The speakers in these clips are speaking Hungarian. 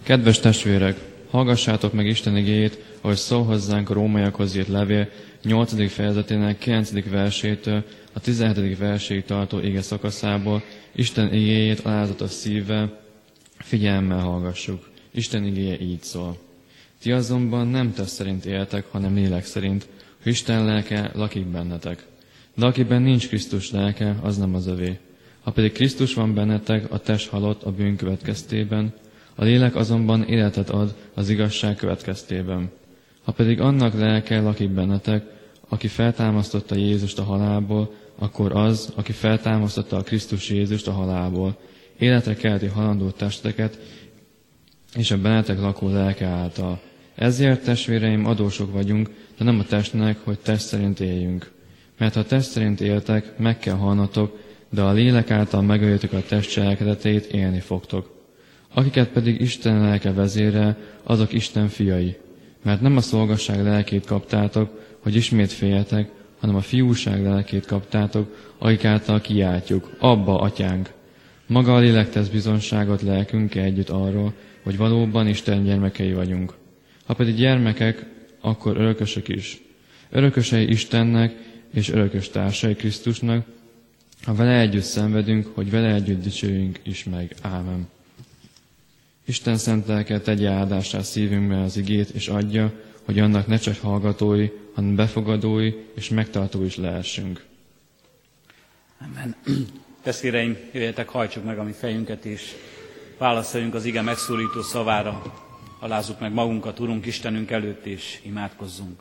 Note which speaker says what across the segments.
Speaker 1: Kedves testvérek, hallgassátok meg Isten igéjét, ahogy szól hozzánk a Rómaiakhoz írt levél 8. fejezetének 9. versétől a 17. verséig tartó ige szakaszából. Isten igéjét alázatos szívvel, figyelemmel hallgassuk. Isten igéje így szól. Ti azonban nem test szerint éltek, hanem lélek szerint, hogy Isten lelke lakik bennetek. De akiben nincs Krisztus lelke, az nem az övé. Ha pedig Krisztus van bennetek, a test halott a bűn következtében, a lélek azonban életet ad az igazság következtében. Ha pedig annak lelke lakik bennetek, aki feltámasztotta Jézust a halálból, akkor az, aki feltámasztotta a Krisztus Jézust a halálból, életre kelti halandó testeket, és a bennetek lakó lelke által. Ezért, testvéreim, adósok vagyunk, de nem a testnek, hogy test szerint éljünk. Mert ha test szerint éltek, meg kell halnatok, de a lélek által megöltük a test cselekedeteit, élni fogtok. Akiket pedig Isten lelke vezérel, azok Isten fiai. Mert nem a szolgasság lelkét kaptátok, hogy ismét féljetek, hanem a fiúság lelkét kaptátok, akik által kiáltjuk, Abba, Atyánk. Maga a lélek tesz bizonságot lelkünkkel együtt arról, hogy valóban Isten gyermekei vagyunk. Ha pedig gyermekek, akkor örökösök is. Örökösei Istennek és örökös társai Krisztusnak, ha vele együtt szenvedünk, hogy vele együtt dicsőjünk is meg. Ámen. Isten szent lelke tegye áldássá szívünkbe az igét, és adja, hogy annak ne csak hallgatói, hanem befogadói és megtartói is lehessünk.
Speaker 2: Amen. Testvéreim, jöjjetek, hajtsuk meg a mi fejünket, és válaszoljunk az ige megszólító szavára. Alázzuk meg magunkat, Urunk Istenünk előtt, és imádkozzunk.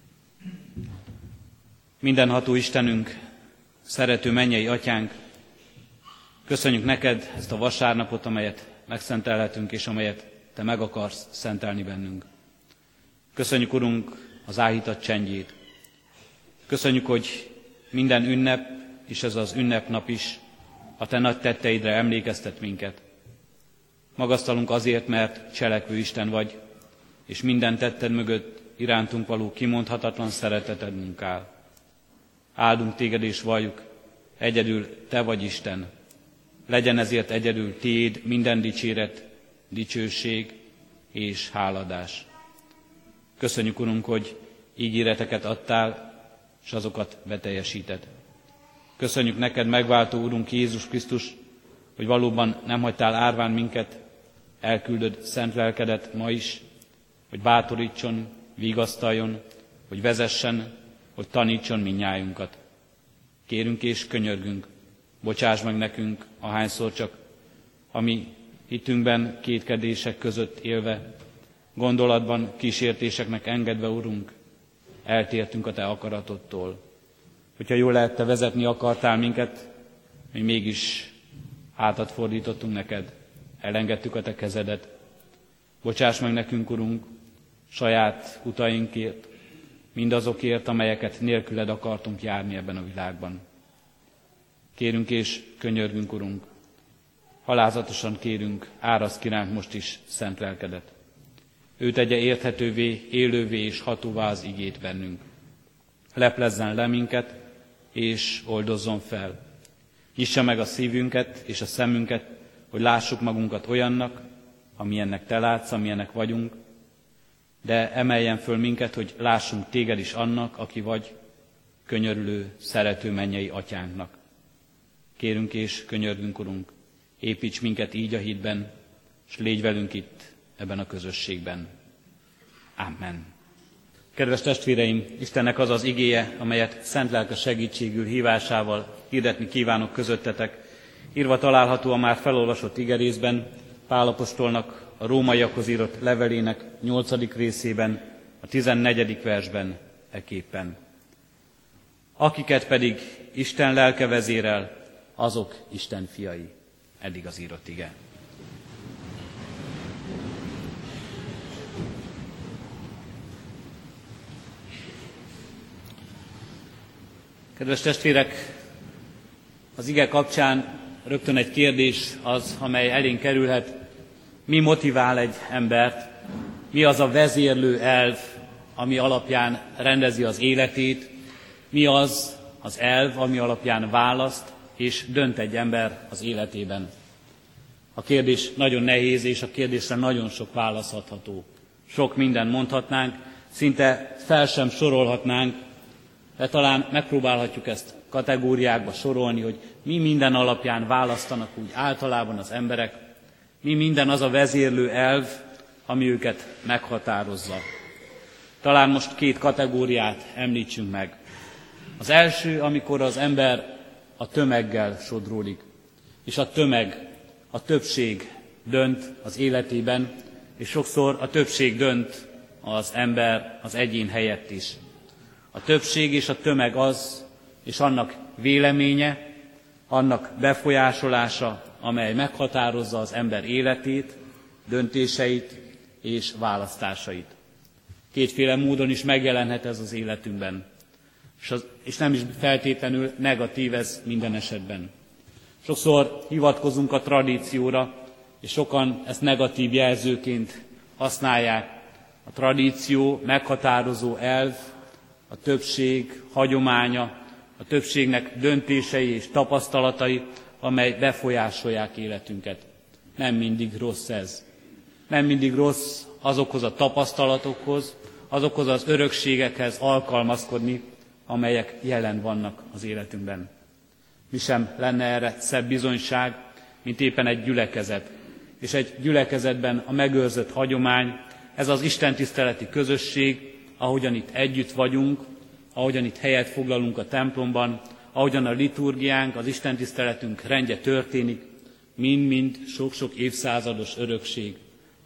Speaker 2: Mindenható Istenünk, szerető mennyei Atyánk, köszönjük neked ezt a vasárnapot, amelyet megszentelhetünk, és amelyet Te meg akarsz szentelni bennünk. Köszönjük, Urunk, az áhítat csendjét. Köszönjük, hogy minden ünnep, és ez az ünnepnap is a Te nagy tetteidre emlékeztet minket. Magasztalunk azért, mert cselekvő Isten vagy, és minden tetted mögött irántunk való kimondhatatlan szereteted munkál. Áldunk Téged és valljuk, egyedül Te vagy Isten. Legyen ezért egyedül Tiéd minden dicséret, dicsőség és háladás. Köszönjük, Urunk, hogy ígéreteket adtál, és azokat beteljesíted. Köszönjük neked, megváltó Urunk Jézus Krisztus, hogy valóban nem hagytál árván minket, elküldöd szent lelkedet ma is, hogy bátorítson, vigasztaljon, hogy vezessen, hogy tanítson mindnyájunkat. Kérünk és könyörgünk, bocsáss meg nekünk, ahányszor csak a mi hitünkben kétkedések között élve, gondolatban kísértéseknek engedve, Urunk, eltértünk a Te akaratodtól. Hogyha jól lehet, Te vezetni akartál minket, mi mégis hátat fordítottunk neked, elengedtük a Te kezedet. Bocsáss meg nekünk, Urunk, saját utainkért, mindazokért, amelyeket nélküled akartunk járni ebben a világban. Kérünk és könyörgünk, Urunk, halázatosan kérünk, áraszd ki ránk most is szent lelkedet. Ő tegye érthetővé, élővé és hatóvá az igét bennünk. Leplezzen le minket, és oldozzon fel. Nyissa meg a szívünket és a szemünket, hogy lássuk magunkat olyannak, amilyennek Te látsz, amilyennek vagyunk, de emeljen föl minket, hogy lássunk Téged is annak, aki vagy, könyörülő, szerető mennyei Atyánknak. Kérünk és könyörgünk, Urunk, építs minket így a hitben, és légy velünk itt, ebben a közösségben. Amen. Kedves testvéreim, Istennek az az igéje, amelyet szent lelke segítségül hívásával hirdetni kívánok közöttetek, írva található a már felolvasott igerészben, Pál apostolnak a rómaiakhoz írott levelének 8. részében, a 14. versben eképpen. Akiket pedig Isten lelke vezérel, azok Isten fiai. Eddig az írott ige. Kedves testvérek, az ige kapcsán rögtön egy kérdés az, amely elénk kerülhet. Mi motivál egy embert? Mi az a vezérlő elv, ami alapján rendezi az életét? Mi az az elv, ami alapján választ és dönt egy ember az életében? A kérdés nagyon nehéz, és a kérdésre nagyon sok válasz adható. Sok mindent mondhatnánk, szinte fel sem sorolhatnánk, de talán megpróbálhatjuk ezt kategóriákba sorolni, hogy mi minden alapján választanak úgy általában az emberek, mi minden az a vezérlő elv, ami őket meghatározza. Talán most 2 kategóriát említsünk meg. Az első, amikor az ember a tömeggel sodródik, és a tömeg, a többség dönt az életében, és sokszor a többség dönt az ember, az egyén helyett is. A többség és a tömeg az, és annak véleménye, annak befolyásolása, amely meghatározza az ember életét, döntéseit és választásait. 2 módon is megjelenhet ez az életünkben, és nem is feltétlenül negatív ez minden esetben. Sokszor hivatkozunk a tradícióra, és sokan ezt negatív jelzőként használják. A tradíció meghatározó elv, a többség hagyománya, a többségnek döntései és tapasztalatai, amely befolyásolják életünket. Nem mindig rossz ez. Nem mindig rossz azokhoz a tapasztalatokhoz, azokhoz az örökségekhez alkalmazkodni, amelyek jelen vannak az életünkben. Mi sem lenne erre szebb bizonyság, mint éppen egy gyülekezet. És egy gyülekezetben a megőrzött hagyomány, ez az istentiszteleti közösség, ahogyan itt együtt vagyunk, ahogyan itt helyet foglalunk a templomban, ahogyan a liturgiánk, az istentiszteletünk rendje történik, mind-mind sok-sok évszázados örökség,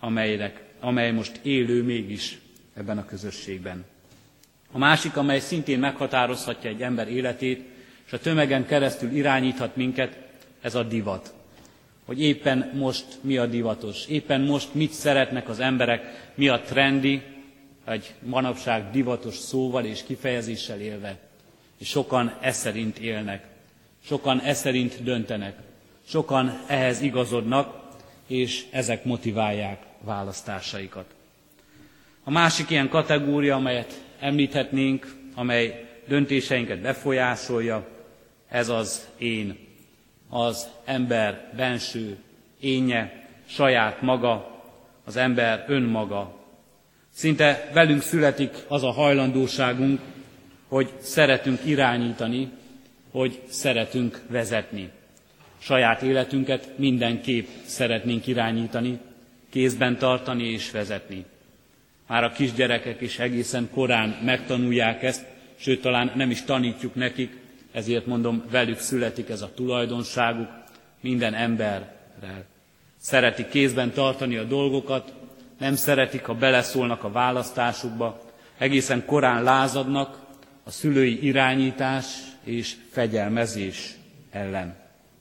Speaker 2: amely most élő mégis ebben a közösségben. A másik, amely szintén meghatározhatja egy ember életét, és a tömegen keresztül irányíthat minket, ez a divat. Hogy éppen most mi a divatos, éppen most mit szeretnek az emberek, mi a trendi, egy manapság divatos szóval és kifejezéssel élve. És sokan e szerint élnek, sokan e szerint döntenek, sokan ehhez igazodnak, és ezek motiválják választásaikat. A másik ilyen kategória, amelyet említhetnénk, amely döntéseinket befolyásolja, ez az én, az ember benső énje, saját maga, az ember önmaga. Szinte velünk születik az a hajlandóságunk, hogy szeretünk irányítani, hogy szeretünk vezetni. Saját életünket mindenképp szeretnénk irányítani, kézben tartani és vezetni. Már a kisgyerekek is egészen korán megtanulják ezt, sőt talán nem is tanítjuk nekik, ezért mondom, velük születik ez a tulajdonságuk minden emberrel. Szeretik kézben tartani a dolgokat, nem szeretik, ha beleszólnak a választásukba, egészen korán lázadnak a szülői irányítás és fegyelmezés ellen.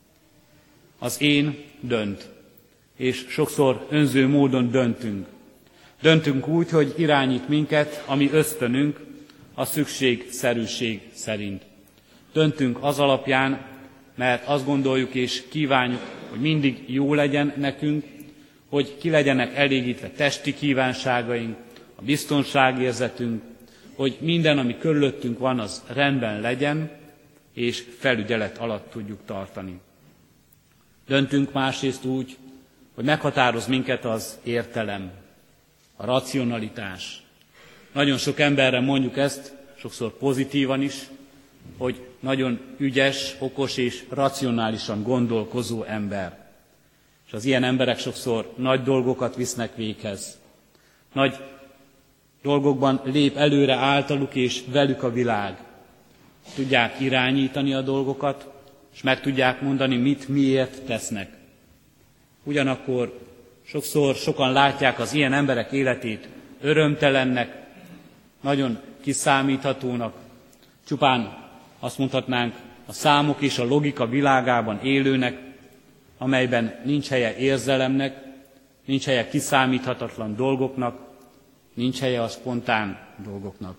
Speaker 2: Az én dönt, és sokszor önző módon döntünk. Döntünk úgy, hogy irányít minket, ami ösztönünk, a szükségszerűség szerint. Döntünk az alapján, mert azt gondoljuk és kívánjuk, hogy mindig jó legyen nekünk, hogy ki legyenek elégítve testi kívánságaink, a biztonságérzetünk, hogy minden, ami körülöttünk van, az rendben legyen, és felügyelet alatt tudjuk tartani. Döntünk másrészt úgy, hogy meghatároz minket az értelem, a racionalitás. Nagyon sok emberre mondjuk ezt, sokszor pozitívan is, hogy nagyon ügyes, okos és racionálisan gondolkozó ember. És az ilyen emberek sokszor nagy dolgokat visznek véghez. Nagy dolgokban lép előre általuk és velük a világ. Tudják irányítani a dolgokat, és meg tudják mondani, mit miért tesznek. Ugyanakkor sokszor sokan látják az ilyen emberek életét örömtelennek, nagyon kiszámíthatónak, csupán azt mondhatnánk, a számok és a logika világában élőnek, amelyben nincs helye érzelemnek, nincs helye kiszámíthatatlan dolgoknak, nincs helye a spontán dolgoknak.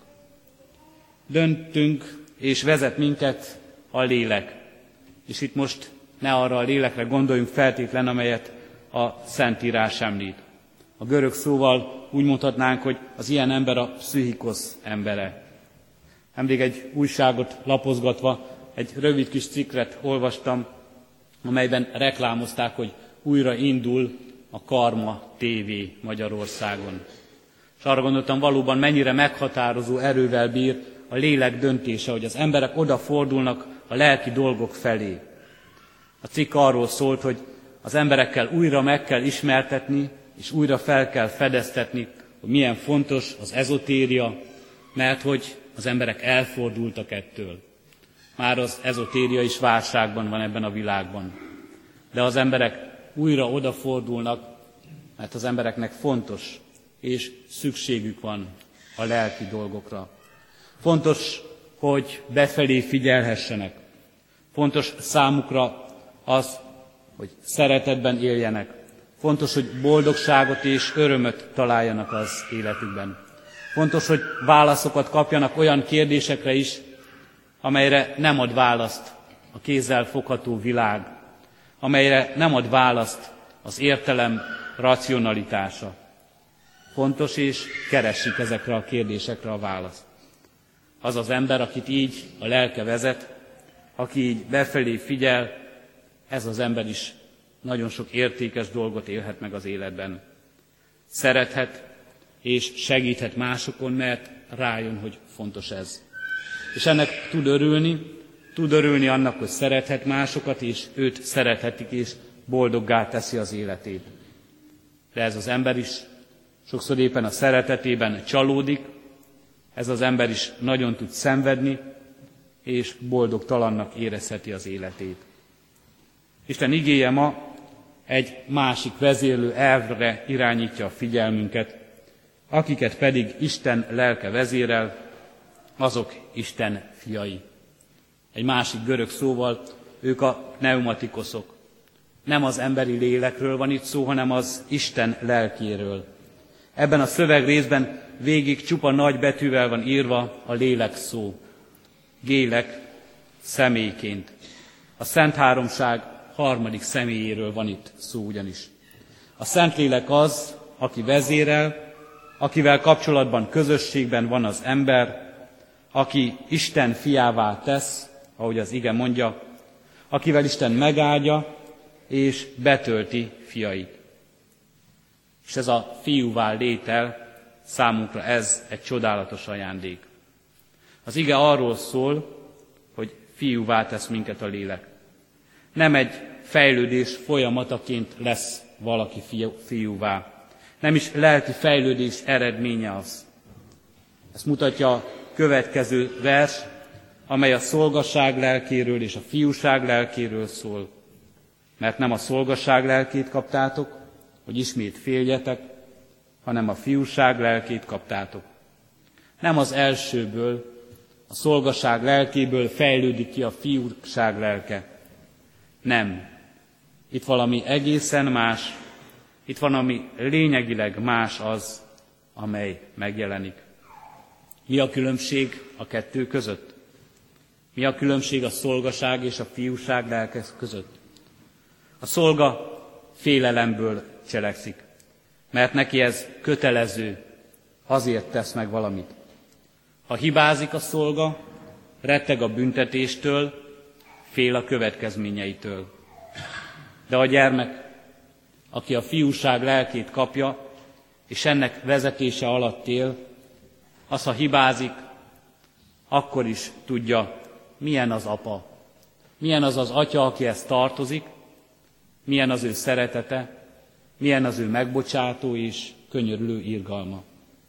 Speaker 2: Döntünk és vezet minket a lélek. És itt most ne arra a lélekre gondoljunk feltétlen, amelyet a Szentírás említ. A görög szóval úgy mondhatnánk, hogy az ilyen ember a pszichikosz embere. Nemrég egy újságot lapozgatva egy rövid kis cikket olvastam, amelyben reklámozták, hogy újra indul a Karma TV Magyarországon. És arra gondoltam, valóban mennyire meghatározó erővel bír a lélek döntése, hogy az emberek odafordulnak a lelki dolgok felé. A cikk arról szólt, hogy az emberekkel újra meg kell ismertetni, és újra fel kell fedeztetni, hogy milyen fontos az ezotéria, mert hogy az emberek elfordultak ettől. Már az ezotéria is válságban van ebben a világban. De az emberek újra odafordulnak, mert az embereknek fontos és szükségük van a lelki dolgokra. Fontos, hogy befelé figyelhessenek. Fontos számukra az, hogy szeretetben éljenek. Fontos, hogy boldogságot és örömöt találjanak az életükben. Fontos, hogy válaszokat kapjanak olyan kérdésekre is, amelyre nem ad választ a kézzel fogható világ, amelyre nem ad választ az értelem racionalitása. Fontos, és keresik ezekre a kérdésekre a választ. Az az ember, akit így a lelke vezet, aki így befelé figyel, ez az ember is nagyon sok értékes dolgot élhet meg az életben. Szerethet és segíthet másokon, mert rájön, hogy fontos ez. És ennek tud örülni annak, hogy szerethet másokat, és őt szerethetik, és boldoggá teszi az életét. De ez az ember is sokszor éppen a szeretetében csalódik, ez az ember is nagyon tud szenvedni, és boldogtalannak érezheti az életét. Isten igéje ma egy másik vezérlő elvre irányítja a figyelmünket, akiket pedig Isten lelke vezérel, azok Isten fiai. Egy másik görög szóval, ők a pneumatikoszok. Nem az emberi lélekről van itt szó, hanem az Isten lelkéről. Ebben a szövegrészben végig csupa nagy betűvel van írva a lélek szó. Gélek személyként. A Szent Háromság harmadik személyéről van itt szó ugyanis. A Szentlélek az, aki vezérel, akivel kapcsolatban közösségben van az ember, aki Isten fiává tesz, ahogy az ige mondja, akivel Isten megáldja és betölti fiait. És ez a fiúvá létel, számunkra ez egy csodálatos ajándék. Az ige arról szól, hogy fiúvá tesz minket a lélek. Nem egy fejlődés folyamataként lesz valaki fiúvá. Nem is lelki fejlődés eredménye az. Ezt mutatja a következő vers, amely a szolgaság lelkéről és a fiúság lelkéről szól. Mert nem a szolgaság lelkét kaptátok, hogy ismét féljetek, hanem a fiúság lelkét kaptátok. Nem az elsőből, a szolgaság lelkéből fejlődik ki a fiúság lelke. Nem. Itt valami egészen más, itt van, ami lényegileg más az, amely megjelenik. Mi a különbség a kettő között? Mi a különbség a szolgaság és a fiúság lelke között? A szolga félelemből cselekszik, mert neki ez kötelező, azért tesz meg valamit. Ha hibázik a szolga, retteg a büntetéstől, fél a következményeitől. De a gyermek, aki a fiúság lelkét kapja, és ennek vezetése alatt él, az, ha hibázik, akkor is tudja, milyen az apa, milyen az az atya, akihez tartozik, milyen az ő szeretete, milyen az ő megbocsátó és könyörülő irgalma.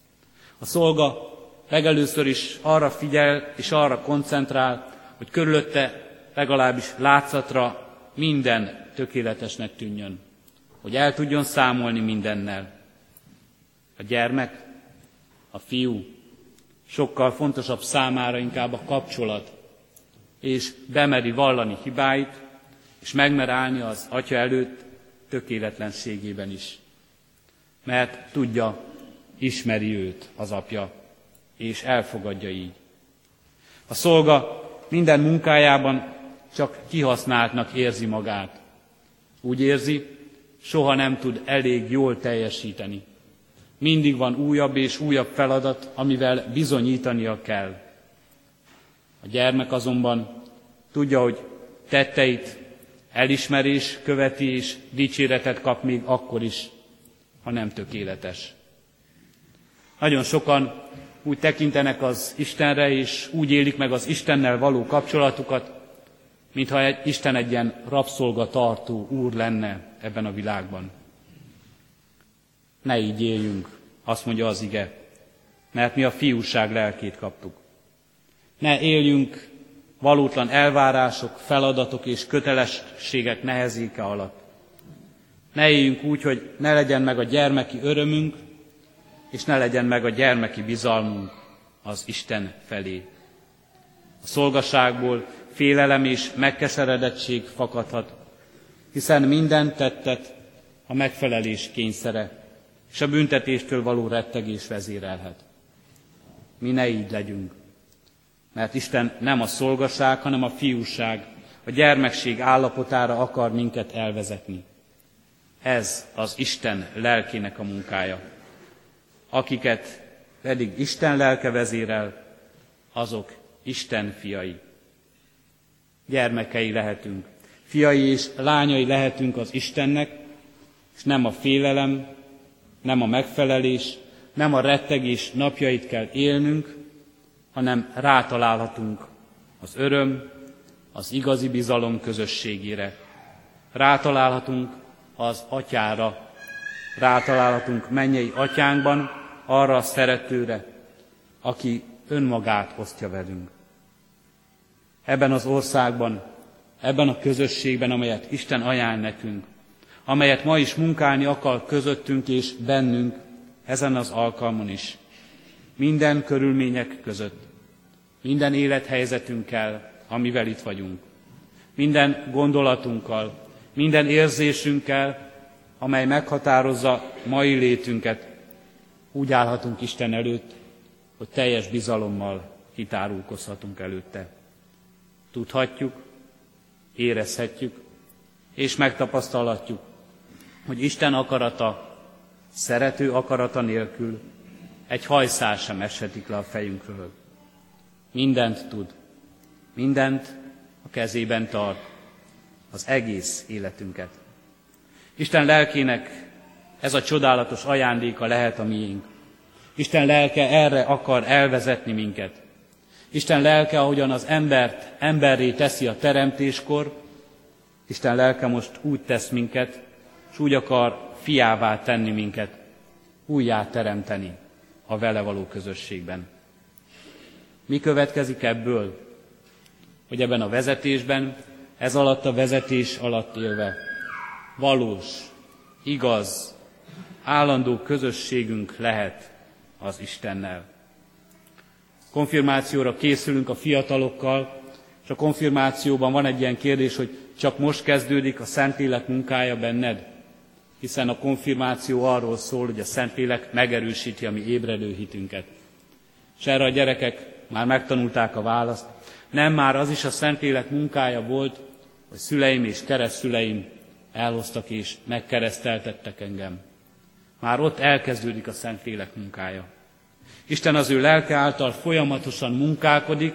Speaker 2: A szolga legelőször is arra figyel és arra koncentrál, hogy körülötte legalábbis látszatra minden tökéletesnek tűnjön, hogy el tudjon számolni mindennel. A gyermek, a fiú sokkal fontosabb számára inkább a kapcsolat, és bemeri vallani hibáit, és megmer állni az atya előtt tökéletlenségében is. Mert tudja, ismeri őt az apja, és elfogadja így. A szolga minden munkájában csak kihasználtnak érzi magát. Úgy érzi, soha nem tud elég jól teljesíteni. Mindig van újabb és újabb feladat, amivel bizonyítania kell. A gyermek azonban tudja, hogy tetteit elismerés követi és dicséretet kap még akkor is, ha nem tökéletes. Nagyon sokan úgy tekintenek az Istenre, és úgy élik meg az Istennel való kapcsolatukat, mintha Isten egy ilyen rabszolgatartó úr lenne ebben a világban. Ne így éljünk, azt mondja az ige, mert mi a fiúság lelkét kaptuk. Ne éljünk valótlan elvárások, feladatok és kötelességek nehezéke alatt. Ne éljünk úgy, hogy ne legyen meg a gyermeki örömünk, és ne legyen meg a gyermeki bizalmunk az Isten felé. A szolgaságból félelem és megkeseredettség fakadhat, hiszen minden tettet a megfelelés kényszere és a büntetéstől való rettegés vezérelhet. Mi ne így legyünk, mert Isten nem a szolgaság, hanem a fiúság, a gyermekség állapotára akar minket elvezetni. Ez az Isten lelkének a munkája. Akiket pedig Isten lelke vezérel, azok Isten fiai. Gyermekei lehetünk, fiai és lányai lehetünk az Istennek, és nem a félelem, nem a megfelelés, nem a rettegés napjait kell élnünk, hanem rátalálhatunk az öröm, az igazi bizalom közösségére. Rátalálhatunk az Atyára, rátalálhatunk mennyei Atyánkban, arra a szeretőre, aki önmagát osztja velünk. Ebben az országban, ebben a közösségben, amelyet Isten ajánl nekünk, amelyet ma is munkálni akar közöttünk és bennünk, ezen az alkalmon is. Minden körülmények között, minden élethelyzetünkkel, amivel itt vagyunk, minden gondolatunkkal, minden érzésünkkel, amely meghatározza mai létünket, úgy állhatunk Isten előtt, hogy teljes bizalommal kitárulkozhatunk előtte. Tudhatjuk, érezhetjük, és megtapasztalhatjuk, hogy Isten akarata, szerető akarata nélkül egy hajszál sem eshetik le a fejünkről. Mindent tud, mindent a kezében tart, az egész életünket. Isten lelkének ez a csodálatos ajándéka lehet a miénk. Isten lelke erre akar elvezetni minket. Isten lelke, ahogyan az embert emberré teszi a teremtéskor, Isten lelke most úgy tesz minket, és úgy akar fiává tenni minket, újjá teremteni a vele való közösségben. Mi következik ebből? Hogy ebben a vezetésben, ez alatt a vezetés alatt élve valós, igaz, állandó közösségünk lehet az Istennel. Konfirmációra készülünk a fiatalokkal, és a konfirmációban van egy ilyen kérdés, hogy csak most kezdődik a Szentlélek munkája benned, hiszen a konfirmáció arról szól, hogy a Szentlélek megerősíti a mi ébredő hitünket. És erre a gyerekek már megtanulták a választ. Nem, már az is a Szentlélek munkája volt, hogy szüleim és keresztszüleim elhoztak és megkereszteltettek engem. Már ott elkezdődik a Szentlélek munkája. Isten az ő lelke által folyamatosan munkálkodik,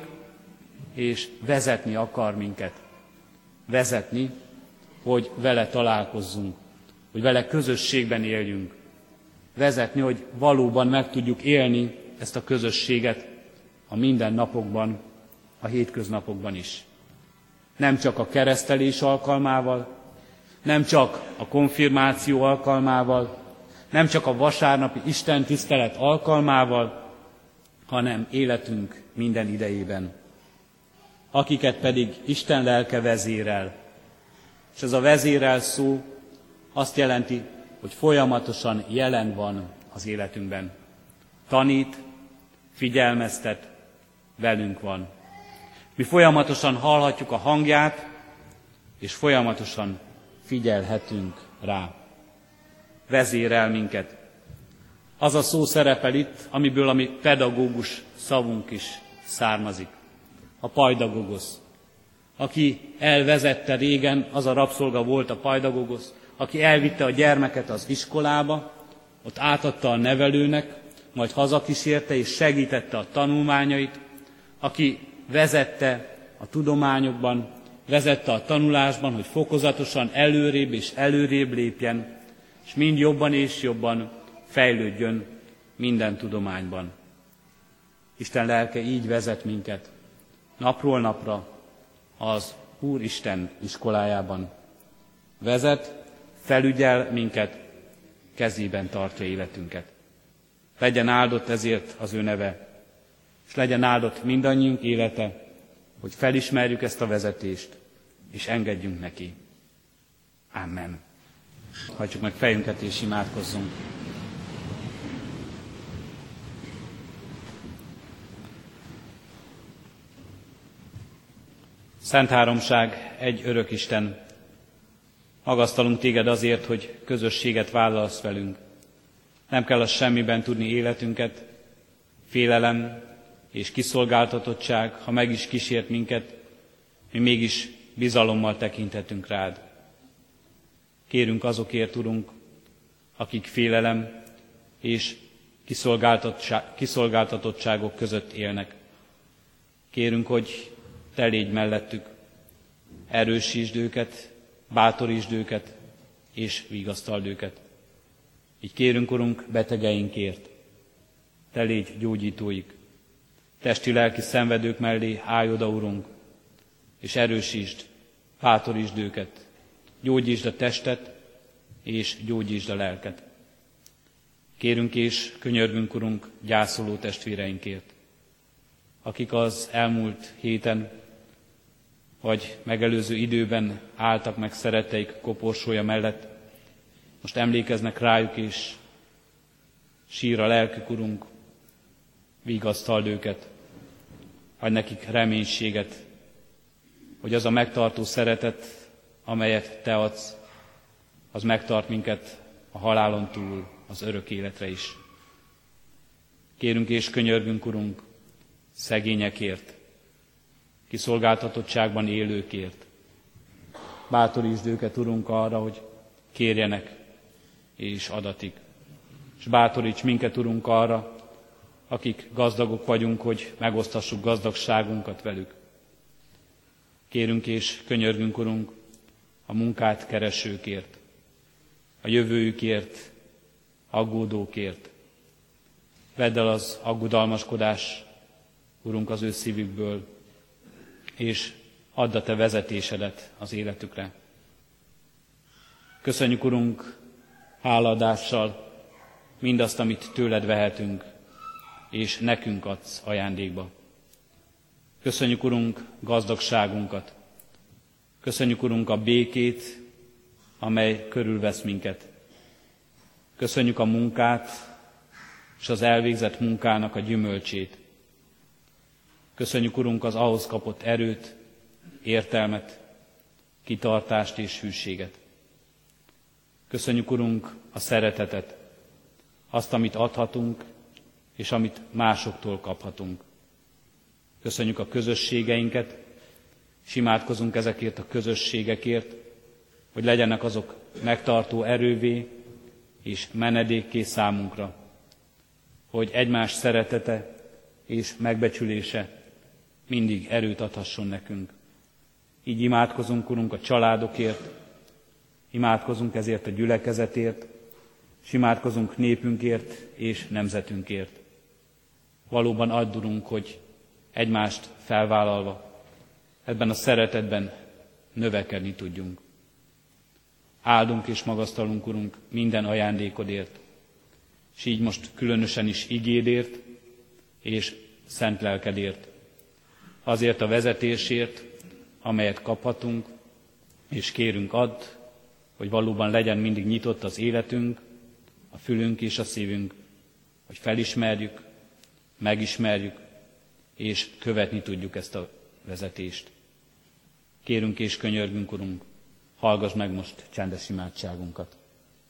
Speaker 2: és vezetni akar minket. Vezetni, hogy vele találkozzunk, hogy vele közösségben éljünk. Vezetni, hogy valóban meg tudjuk élni ezt a közösséget a mindennapokban, a hétköznapokban is. Nem csak a keresztelés alkalmával, nem csak a konfirmáció alkalmával, nem csak a vasárnapi istentisztelet alkalmával, hanem életünk minden idejében. Akiket pedig Isten lelke vezérel. És ez a vezérel szó azt jelenti, hogy folyamatosan jelen van az életünkben. Tanít, figyelmeztet, velünk van. Mi folyamatosan hallhatjuk a hangját, és folyamatosan figyelhetünk rá. Vezérel minket. Az a szó szerepel itt, amiből a mi pedagógus szavunk is származik. A pajdagogosz. Aki elvezette régen, az a rabszolga volt a pajdagogosz, aki elvitte a gyermeket az iskolába, ott átadta a nevelőnek, majd hazakísérte és segítette a tanulmányait, aki vezette a tudományokban, vezette a tanulásban, hogy fokozatosan előrébb és előrébb lépjen, és mind jobban és jobban fejlődjön minden tudományban. Isten lelke így vezet minket napról napra az Úristen iskolájában. Vezet, felügyel minket, kezében tartja életünket. Legyen áldott ezért az ő neve, és legyen áldott mindannyiunk élete, hogy felismerjük ezt a vezetést, és engedjünk neki. Amen. Hajtsuk meg fejünket és imádkozzunk. Szent Háromság, egy örök Isten, magasztalunk téged azért, hogy közösséget vállalsz velünk. Nem kell az semmiben tudni életünket, félelem és kiszolgáltatottság, ha meg is kísért minket, mi mégis bizalommal tekinthetünk rád. Kérünk azokért, Urunk, akik félelem és kiszolgáltatottságok között élnek. Kérünk, hogy te légy mellettük, erősítsd őket, bátorítsd őket, és vigasztald őket. Így kérünk, Urunk, betegeinkért, te légy gyógyítóik, testi-lelki szenvedők mellé állj oda, Urunk, és erősítsd, bátorítsd őket, gyógyítsd a testet, és gyógyítsd a lelket. Kérünk és könyörgünk, Urunk, gyászoló testvéreinkért, akik az elmúlt héten vagy megelőző időben álltak meg szeretteik koporsója mellett, most emlékeznek rájuk, és sír a lelkük, Urunk, vigasztald őket, adj nekik reménységet, hogy az a megtartó szeretet, amelyet te adsz, az megtart minket a halálon túl, az örök életre is. Kérünk és könyörgünk, Urunk, szegényekért, kiszolgáltatottságban élőkért. Bátorítsd őket, Urunk, arra, hogy kérjenek és adatik. És bátoríts minket, Urunk, arra, akik gazdagok vagyunk, hogy megosztassuk gazdagságunkat velük. Kérünk és könyörgünk, Urunk, a munkát keresőkért, a jövőjükért, aggódókért. Vedd el az aggodalmaskodás, Urunk, az ő szívükből, és add a te vezetésedet az életükre. Köszönjük, Urunk, hálaadással mindazt, amit tőled vehetünk, és nekünk adsz ajándékba. Köszönjük, Urunk, gazdagságunkat. Köszönjük, Urunk, a békét, amely körülvesz minket. Köszönjük a munkát, és az elvégzett munkának a gyümölcsét. Köszönjük, Urunk, az ahhoz kapott erőt, értelmet, kitartást és hűséget. Köszönjük, Urunk, a szeretetet, azt, amit adhatunk, és amit másoktól kaphatunk. Köszönjük a közösségeinket, és imádkozunk ezekért a közösségekért, hogy legyenek azok megtartó erővé és menedékké számunkra, hogy egymás szeretete és megbecsülése mindig erőt adhasson nekünk. Így imádkozunk, Urunk, a családokért, imádkozunk ezért a gyülekezetért, és imádkozunk népünkért és nemzetünkért. Valóban add, Urunk, hogy egymást felvállalva ebben a szeretetben növekedni tudjunk. Áldunk és magasztalunk, Urunk, minden ajándékodért, és így most különösen is igédért és szent lelkedért. Azért a vezetésért, amelyet kaphatunk, és kérünk, add, hogy valóban legyen mindig nyitott az életünk, a fülünk és a szívünk, hogy felismerjük, megismerjük, és követni tudjuk ezt a vezetést. Kérünk és könyörgünk, Urunk, hallgass meg most csendes imádságunkat.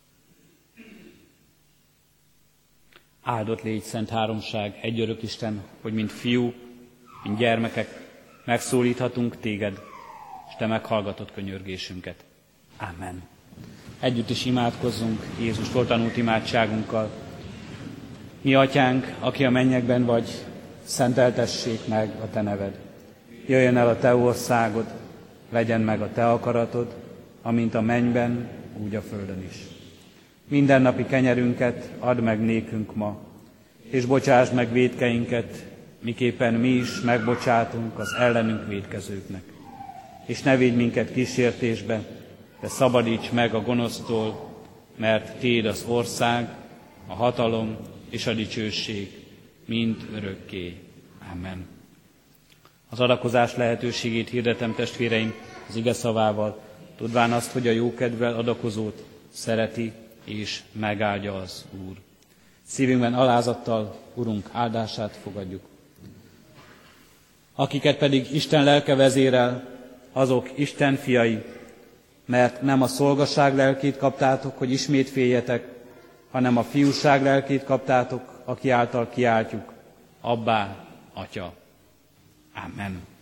Speaker 2: Áldott légy, Szent Háromság, egy örök Isten, hogy mint fiú, mint gyermekek megszólíthatunk téged, és te meghallgatod könyörgésünket. Amen. Együtt is imádkozzunk Jézustól tanult imádságunkkal. Mi atyánk, aki a mennyekben vagy, szenteltessék meg a te neved. Jöjjön el a te országod, legyen meg a te akaratod, amint a mennyben, úgy a földön is. Mindennapi kenyerünket add meg nékünk ma, és bocsásd meg vétkeinket, miképpen mi is megbocsátunk az ellenünk vétkezőknek. És ne védj minket kísértésbe, de szabadíts meg a gonosztól, mert tiéd az ország, a hatalom és a dicsőség mind örökké. Amen. Az adakozás lehetőségét hirdetem, testvéreim, az ige szavával, tudván azt, hogy a jókedvel adakozót szereti és megáldja az Úr. Szívünkben alázattal Urunk áldását fogadjuk. Akiket pedig Isten lelke vezérel, azok Isten fiai, mert nem a szolgaság lelkét kaptátok, hogy ismét féljetek, hanem a fiúság lelkét kaptátok, aki által kiáltjuk, Abbá, Atya. Amen.